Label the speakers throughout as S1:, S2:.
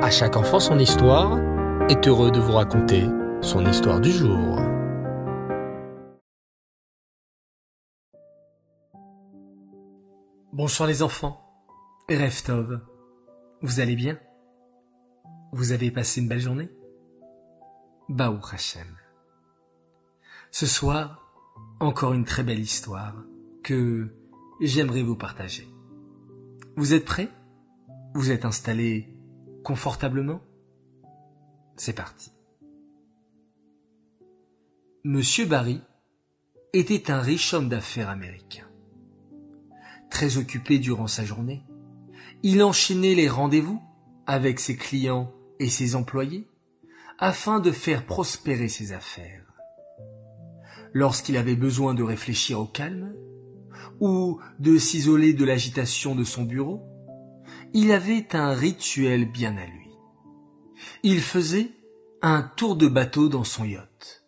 S1: À chaque enfant son histoire est heureux de vous raconter son histoire du jour.
S2: Bonsoir les enfants, Erev Tov, vous allez bien? Vous avez passé une belle journée? Baruch Hashem. Ce soir, encore une très belle histoire que j'aimerais vous partager. Vous êtes prêts? Vous êtes installés confortablement? C'est parti. Monsieur Barry était un riche homme d'affaires américain. Très occupé durant sa journée, il enchaînait les rendez-vous avec ses clients et ses employés afin de faire prospérer ses affaires. Lorsqu'il avait besoin de réfléchir au calme ou de s'isoler de l'agitation de son bureau, il avait un rituel bien à lui. Il faisait un tour de bateau dans son yacht.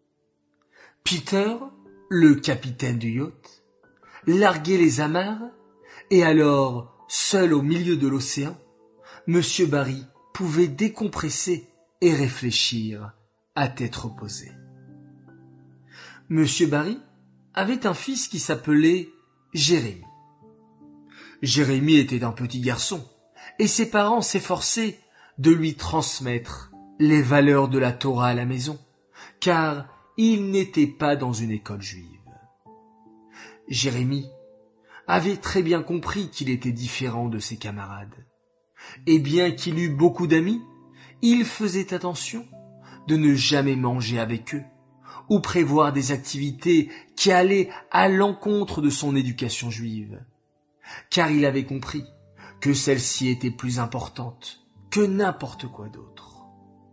S2: Peter, le capitaine du yacht, larguait les amarres et alors, seul au milieu de l'océan, Monsieur Barry pouvait décompresser et réfléchir à tête reposée. Monsieur Barry avait un fils qui s'appelait Jérémie. Jérémie était un petit garçon et ses parents s'efforçaient de lui transmettre les valeurs de la Torah à la maison, car il n'était pas dans une école juive. Jérémie avait très bien compris qu'il était différent de ses camarades. Et bien qu'il eût beaucoup d'amis, il faisait attention de ne jamais manger avec eux ou prévoir des activités qui allaient à l'encontre de son éducation juive, car il avait compris que celle-ci était plus importante que n'importe quoi d'autre.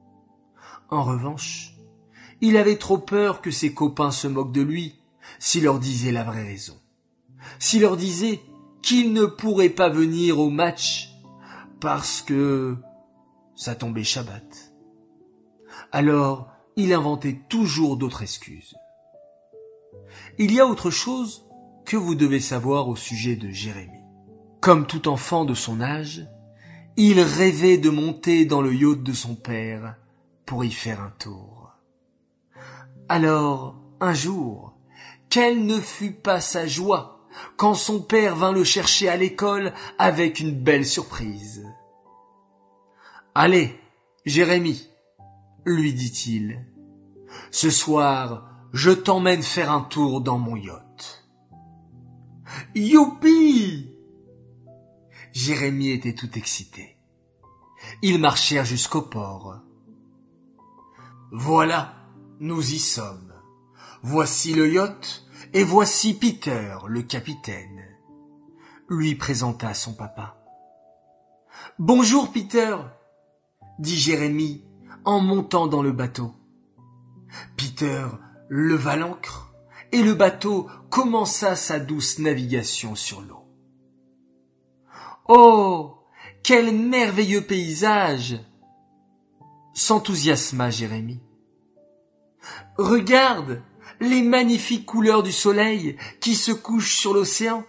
S2: En revanche, il avait trop peur que ses copains se moquent de lui s'il leur disait la vraie raison. S'il leur disait qu'il ne pourrait pas venir au match parce que ça tombait Shabbat. Alors, il inventait toujours d'autres excuses. Il y a autre chose que vous devez savoir au sujet de Jérémie. Comme tout enfant de son âge, il rêvait de monter dans le yacht de son père pour y faire un tour. Alors, un jour, quelle ne fut pas sa joie quand son père vint le chercher à l'école avec une belle surprise. « Allez, Jérémie, lui dit-il, ce soir, je t'emmène faire un tour dans mon yacht. »« Youpi !» Jérémie était tout excité. Ils marchèrent jusqu'au port. « Voilà, nous y sommes. Voici le yacht et voici Peter, le capitaine. » lui présenta son papa. « Bonjour, Peter !» dit Jérémie en montant dans le bateau. Peter leva l'ancre et le bateau commença sa douce navigation sur l'eau. Oh, quel merveilleux paysage! S'enthousiasma Jérémie. Regarde les magnifiques couleurs du soleil qui se couchent sur l'océan.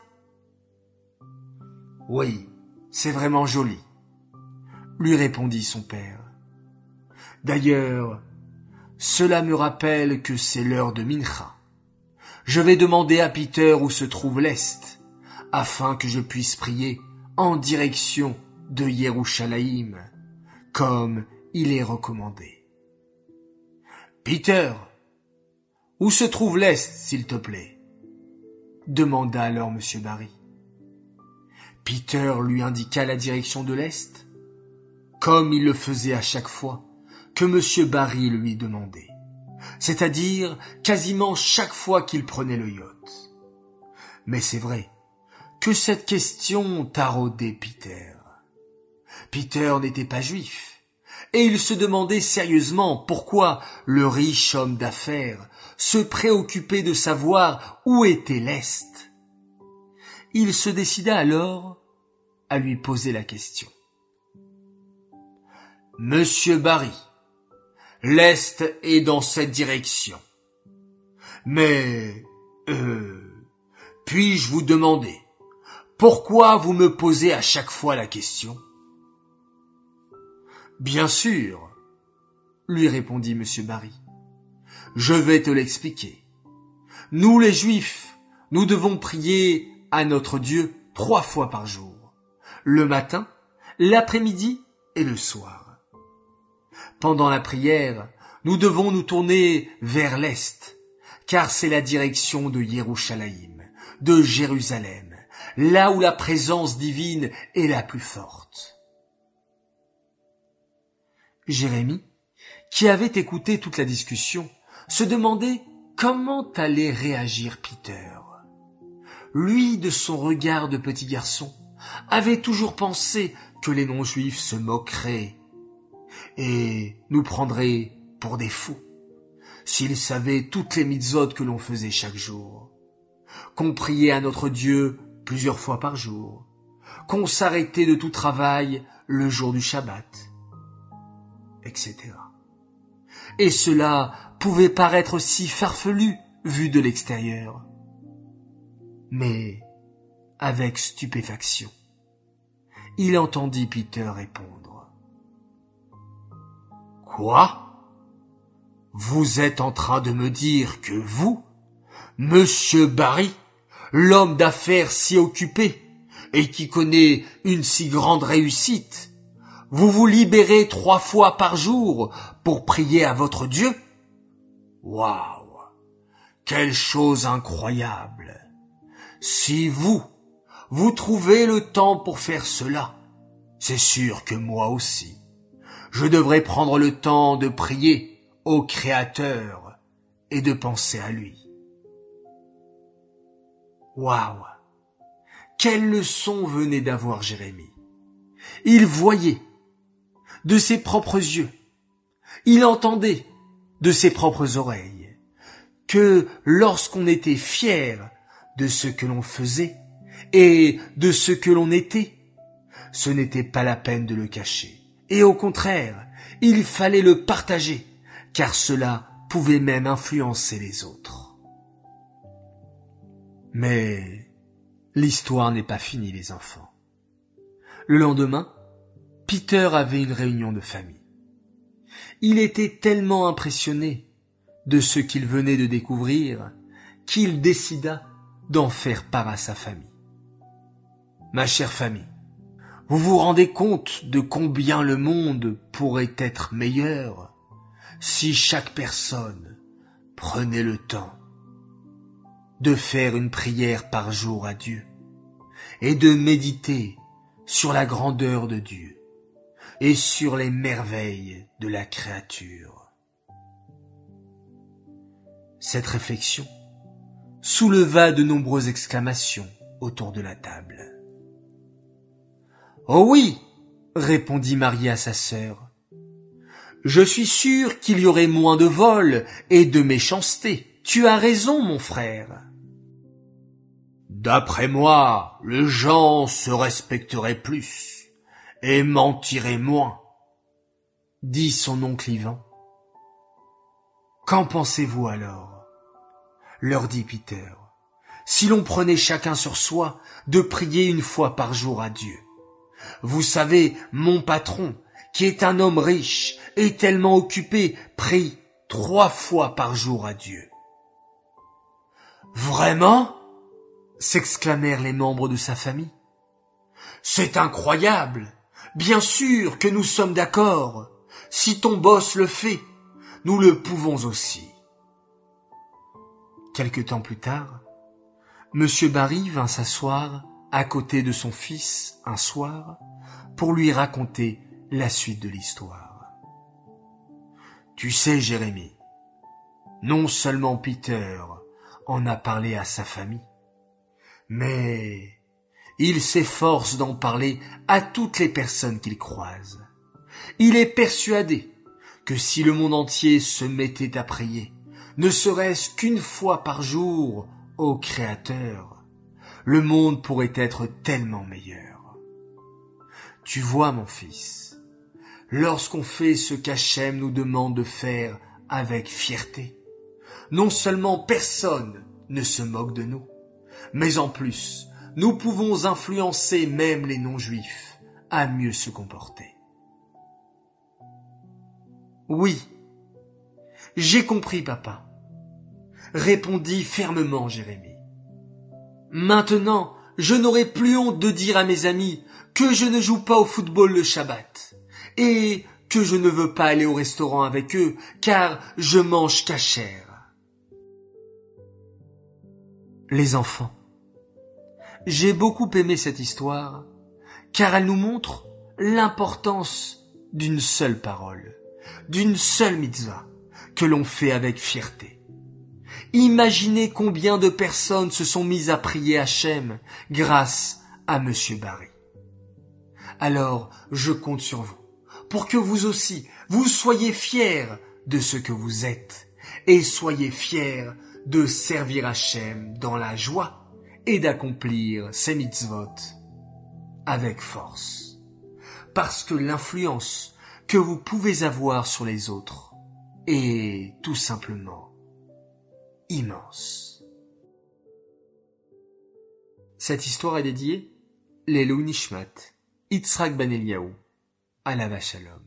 S2: Oui, c'est vraiment joli, lui répondit son père. D'ailleurs, cela me rappelle que c'est l'heure de Mincha. Je vais demander à Peter où se trouve l'Est, afin que je puisse prier en direction de Yerushalayim, comme il est recommandé. Peter, où se trouve l'Est, s'il te plaît? Demanda alors M. Barry. Peter lui indiqua la direction de l'Est, comme il le faisait à chaque fois que M. Barry lui demandait, c'est-à-dire quasiment chaque fois qu'il prenait le yacht. Mais c'est vrai que cette question taraudait Peter. Peter n'était pas juif, et il se demandait sérieusement pourquoi le riche homme d'affaires se préoccupait de savoir où était l'Est. Il se décida alors à lui poser la question. « Monsieur Barry, l'Est est dans cette direction. Mais, puis-je vous demander, pourquoi vous me posez à chaque fois la question ? Bien sûr, lui répondit M. Barry. Je vais te l'expliquer. Nous les Juifs, nous devons prier à notre Dieu 3 fois par jour, le matin, l'après-midi et le soir. Pendant la prière, nous devons nous tourner vers l'Est, car c'est la direction de Yerushalayim, de Jérusalem, là où la présence divine est la plus forte. Jérémie, qui avait écouté toute la discussion, se demandait comment allait réagir Peter. Lui, de son regard de petit garçon, avait toujours pensé que les non-juifs se moqueraient et nous prendraient pour des fous s'ils savaient toutes les mitzvot que l'on faisait chaque jour, qu'on priait à notre Dieu plusieurs fois par jour, qu'on s'arrêtait de tout travail le jour du Shabbat, etc. Et cela pouvait paraître si farfelu vu de l'extérieur. Mais, avec stupéfaction, il entendit Peter répondre. « Quoi ? Vous êtes en train de me dire que vous, Monsieur Barry, l'homme d'affaires si occupé et qui connaît une si grande réussite, vous vous libérez 3 fois par jour pour prier à votre Dieu ? Waouh ! Quelle chose incroyable ! Si vous trouvez le temps pour faire cela, c'est sûr que moi aussi, je devrais prendre le temps de prier au Créateur et de penser à lui. Waouh! Quelle leçon venait d'avoir Jérémie! Il voyait de ses propres yeux, il entendait de ses propres oreilles que lorsqu'on était fier de ce que l'on faisait et de ce que l'on était, ce n'était pas la peine de le cacher. Et au contraire, il fallait le partager, car cela pouvait même influencer les autres. Mais l'histoire n'est pas finie, les enfants. Le lendemain, Peter avait une réunion de famille. Il était tellement impressionné de ce qu'il venait de découvrir qu'il décida d'en faire part à sa famille. Ma chère famille, vous vous rendez compte de combien le monde pourrait être meilleur si chaque personne prenait le temps de faire une prière par jour à Dieu et de méditer sur la grandeur de Dieu et sur les merveilles de la créature. Cette réflexion souleva de nombreuses exclamations autour de la table. « Oh oui !» répondit Marie à sa sœur. « Je suis sûr qu'il y aurait moins de vols et de méchanceté. Tu as raison, mon frère. » « D'après moi, les gens se respecteraient plus et mentiraient moins, » dit son oncle Ivan. « Qu'en pensez-vous alors ?» leur dit Peter. « Si l'on prenait chacun sur soi de prier 1 fois par jour à Dieu. Vous savez, mon patron, qui est un homme riche et tellement occupé, prie 3 fois par jour à Dieu. »« Vraiment ?» s'exclamèrent les membres de sa famille. « C'est incroyable. Bien sûr que nous sommes d'accord. Si ton boss le fait, nous le pouvons aussi. » Quelque temps plus tard, M. Barry vint s'asseoir à côté de son fils un soir pour lui raconter la suite de l'histoire. « Tu sais, Jérémie, non seulement Peter en a parlé à sa famille, mais il s'efforce d'en parler à toutes les personnes qu'il croise. Il est persuadé que si le monde entier se mettait à prier, ne serait-ce qu'1 fois par jour au Créateur, le monde pourrait être tellement meilleur. Tu vois, mon fils, lorsqu'on fait ce qu'Hachem nous demande de faire avec fierté, non seulement personne ne se moque de nous, mais en plus, nous pouvons influencer même les non-juifs à mieux se comporter. Oui, j'ai compris, papa, répondit fermement Jérémie. Maintenant, je n'aurai plus honte de dire à mes amis que je ne joue pas au football le Shabbat et que je ne veux pas aller au restaurant avec eux car je mange cachère. Les enfants, j'ai beaucoup aimé cette histoire car elle nous montre l'importance d'une seule parole, d'une seule mitzvah que l'on fait avec fierté. Imaginez combien de personnes se sont mises à prier Hachem grâce à Monsieur Barry. Alors, je compte sur vous pour que vous aussi, vous soyez fiers de ce que vous êtes et soyez fiers de servir Hachem dans la joie et d'accomplir ses mitzvot avec force. Parce que l'influence que vous pouvez avoir sur les autres est tout simplement immense. Cette histoire est dédiée Lelou Nishmat, Yitzhak Ben Eliyahu, Alav Shalom.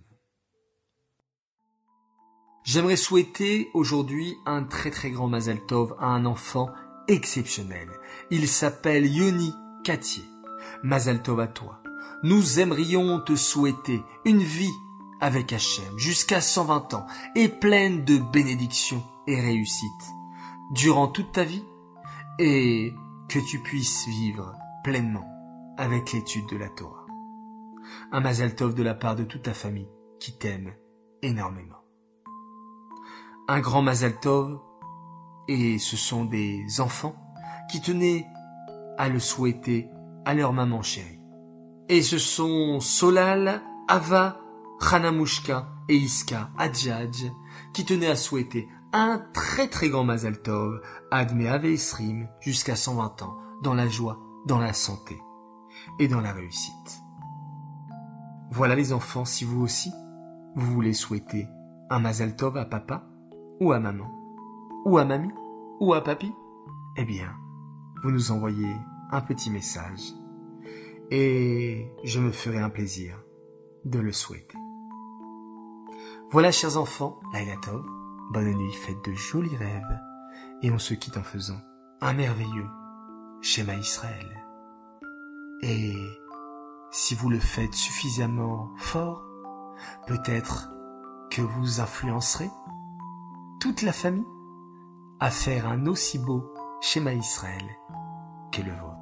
S2: J'aimerais souhaiter aujourd'hui un très très grand Mazal Tov à un enfant exceptionnel. Il s'appelle Yoni Katier. Mazal Tov à toi. Nous aimerions te souhaiter une vie avec Hachem jusqu'à 120 ans et pleine de bénédictions et réussites durant toute ta vie et que tu puisses vivre pleinement avec l'étude de la Torah. Un Mazal Tov de la part de toute ta famille qui t'aime énormément. Un grand Mazal Tov, et ce sont des enfants qui tenaient à le souhaiter à leur maman chérie. Et ce sont Solal, Ava, Hanamushka et Iska Adjadj qui tenaient à souhaiter un très très grand Mazal Tov à Admeave Esrim jusqu'à 120 ans dans la joie, dans la santé et dans la réussite. Voilà les enfants, si vous aussi, vous voulez souhaiter un Mazal Tov à papa ou à maman, ou à mamie, ou à papi, eh bien, vous nous envoyez un petit message et je me ferai un plaisir de le souhaiter. Voilà, chers enfants, Laila Tov, bonne nuit, faites de jolis rêves et on se quitte en faisant un merveilleux Shema Israël. Et si vous le faites suffisamment fort, peut-être que vous influencerez toute la famille à faire un aussi beau Shema Israël que le vôtre.